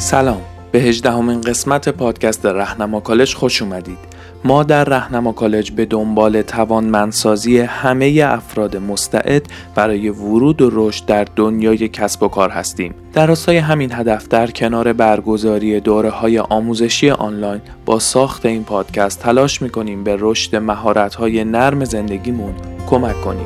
سلام، به 18مین قسمت پادکست رهنما کالج خوش اومدید. ما در رهنما کالج به دنبال توانمندسازی همه افراد مستعد برای ورود و رشد در دنیای کسب و کار هستیم. در راستای همین هدف در کنار برگزاری دوره‌های آموزشی آنلاین با ساخت این پادکست تلاش می‌کنیم به رشد مهارت‌های نرم زندگیمون کمک کنیم.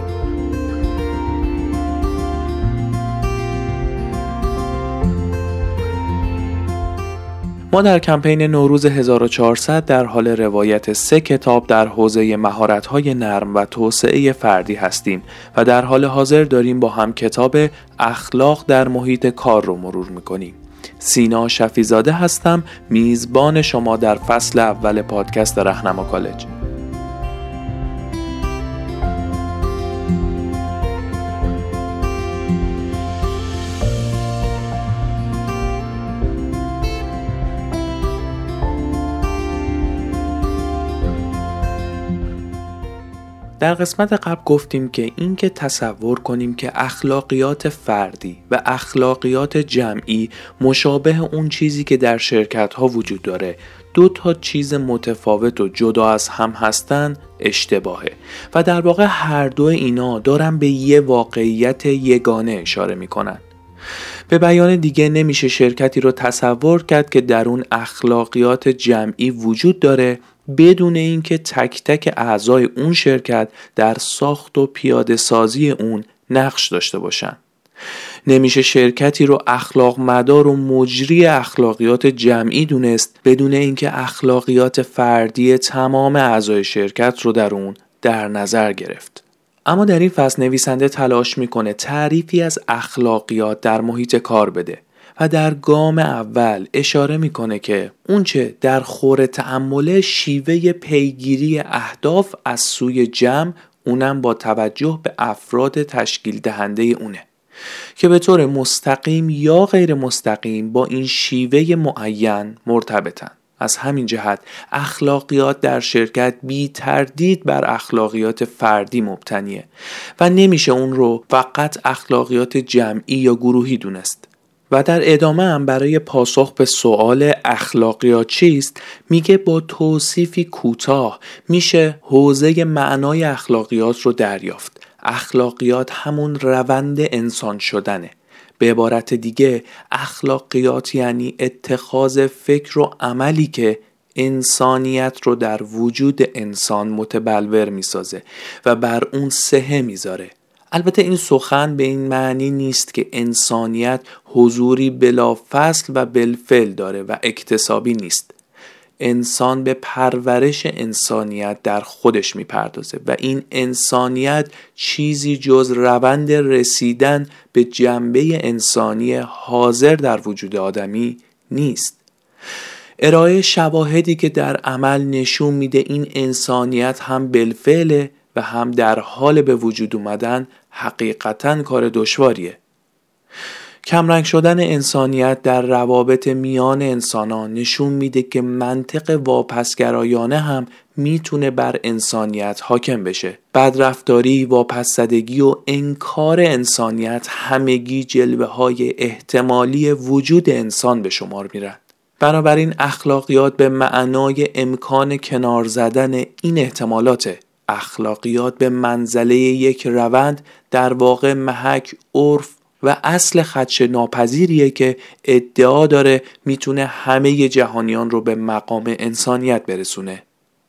ما در کمپین نوروز 1400 در حال روایت 3 کتاب در حوزه مهارت‌های نرم و توسعه فردی هستیم و در حال حاضر داریم با هم کتاب اخلاق در محیط کار رو مرور می‌کنیم. سینا شفیزاده هستم، میزبان شما در فصل اول پادکست رهنما کالج. در قسمت قبل گفتیم که اینکه تصور کنیم که اخلاقیات فردی و اخلاقیات جمعی مشابه اون چیزی که در شرکت ها وجود داره، 2 چیز متفاوت و جدا از هم هستن، اشتباهه و در واقع هر دو اینا دارن به یه واقعیت یگانه اشاره میکنن. به بیان دیگه نمیشه شرکتی رو تصور کرد که در اون اخلاقیات جمعی وجود داره بدون اینکه تک تک اعضای اون شرکت در ساخت و پیاده سازی اون نقش داشته باشن. نمیشه شرکتی رو اخلاق مدار و مجری اخلاقیات جمعی دونست بدون اینکه اخلاقیات فردی تمام اعضای شرکت رو در اون در نظر گرفت. اما در این فصل نویسنده تلاش میکنه تعریفی از اخلاقیات در محیط کار بده و در گام اول اشاره میکنه که اونچه در خور تأمل شیوه پیگیری اهداف از سوی جمع، اونم با توجه به افراد تشکیل دهنده اونه که به طور مستقیم یا غیر مستقیم با این شیوه معین مرتبطن. از همین جهت اخلاقیات در شرکت بی تردید بر اخلاقیات فردی مبتنیه و نمیشه اون رو فقط اخلاقیات جمعی یا گروهی دونست. و در ادامه هم برای پاسخ به سوال اخلاقیات چیست میگه با توصیفی کوتاه میشه حوزه معنای اخلاقیات رو دریافت. اخلاقیات همون روند انسان شدنه. به عبارت دیگه اخلاقیات یعنی اتخاذ فکر و عملی که انسانیت رو در وجود انسان متبلور میسازه و بر اون صحه میذاره. البته این سخن به این معنی نیست که انسانیت حضوری بلا فصل و بالفعل داره و اکتسابی نیست. انسان به پرورش انسانیت در خودش میپردازه و این انسانیت چیزی جز روند رسیدن به جنبه انسانی حاضر در وجود آدمی نیست. ارائه شواهدی که در عمل نشون میده این انسانیت هم بالفعل و هم در حال به وجود اومدن حقیقتاً کار دشواریه. کمرنگ شدن انسانیت در روابط میان انسانان نشون میده که منطق واپسگرایانه هم میتونه بر انسانیت حاکم بشه. بدرفتاری، واپسزدگی و انکار انسانیت همگی جلوه های احتمالی وجود انسان به شمار میرن. بنابراین اخلاقیات به معنای امکان کنار زدن این احتمالاته. اخلاقیات به منزله یک روند در واقع محک، عرف و اصل خدشه ناپذیریه که ادعا داره میتونه همه جهانیان رو به مقام انسانیت برسونه.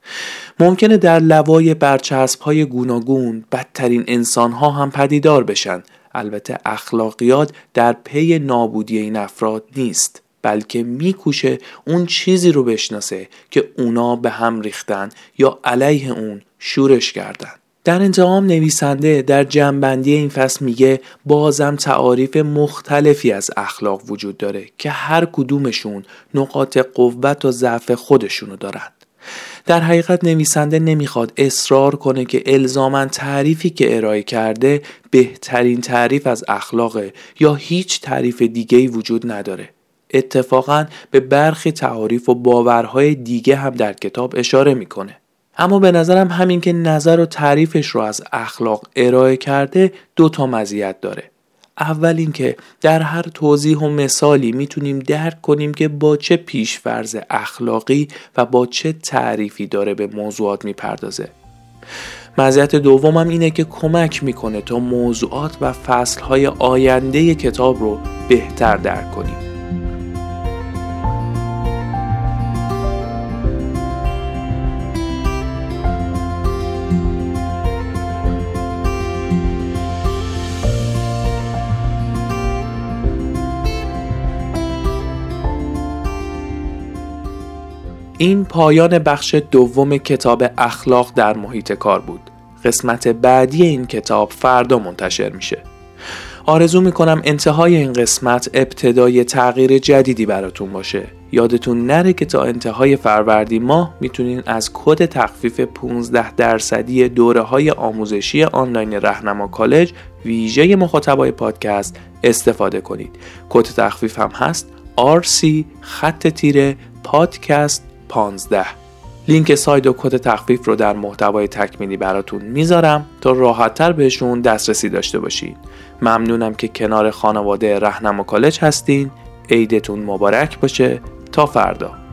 ممکنه در لوای برچسب‌های گوناگون بدترین انسان‌ها هم پدیدار بشن. البته اخلاقیات در پی نابودی این افراد نیست، بلکه میکوشه اون چیزی رو بشناسه که اونا به هم ریختن یا علیه اون شورش کردن. در انتهام نویسنده در جمع‌بندی این فصل میگه بازم تعاریف مختلفی از اخلاق وجود داره که هر کدومشون نقاط قوت و ضعف خودشونو دارن. در حقیقت نویسنده نمیخواد اصرار کنه که الزاماً تعریفی که ارائه کرده بهترین تعریف از اخلاقه یا هیچ تعریف دیگه‌ای وجود نداره. اتفاقاً به برخی تعاریف و باورهای دیگه هم در کتاب اشاره میکنه. اما به نظرم همین که نظر و تعریفش رو از اخلاق ارائه کرده 2 مزیت داره. اول اینکه در هر توضیح و مثالی میتونیم درک کنیم که با چه پیش‌فرض اخلاقی و با چه تعریفی داره به موضوعات میپردازه. مزیت دومم اینه که کمک میکنه تا موضوعات و فصلهای آینده کتاب رو بهتر درک کنیم. این پایان بخش دوم کتاب اخلاق در محیط کار بود. قسمت بعدی این کتاب فردا منتشر میشه. آرزو میکنم انتهای این قسمت ابتدای تغییر جدیدی براتون باشه. یادتون نره که تا انتهای فروردین ماه میتونین از کد تخفیف 15% دوره‌های آموزشی آنلاین رهنما کالج ویژه مخاطبای پادکست استفاده کنید. کد تخفیف هم هست RC_podcast 15. لینک سایت و کد تخفیف رو در محتوای تکمیلی براتون میذارم تا راحت‌تر بهشون دسترسی داشته باشین. ممنونم که کنار خانواده رهنما کالج هستین. عیدتون مبارک باشه. تا فردا.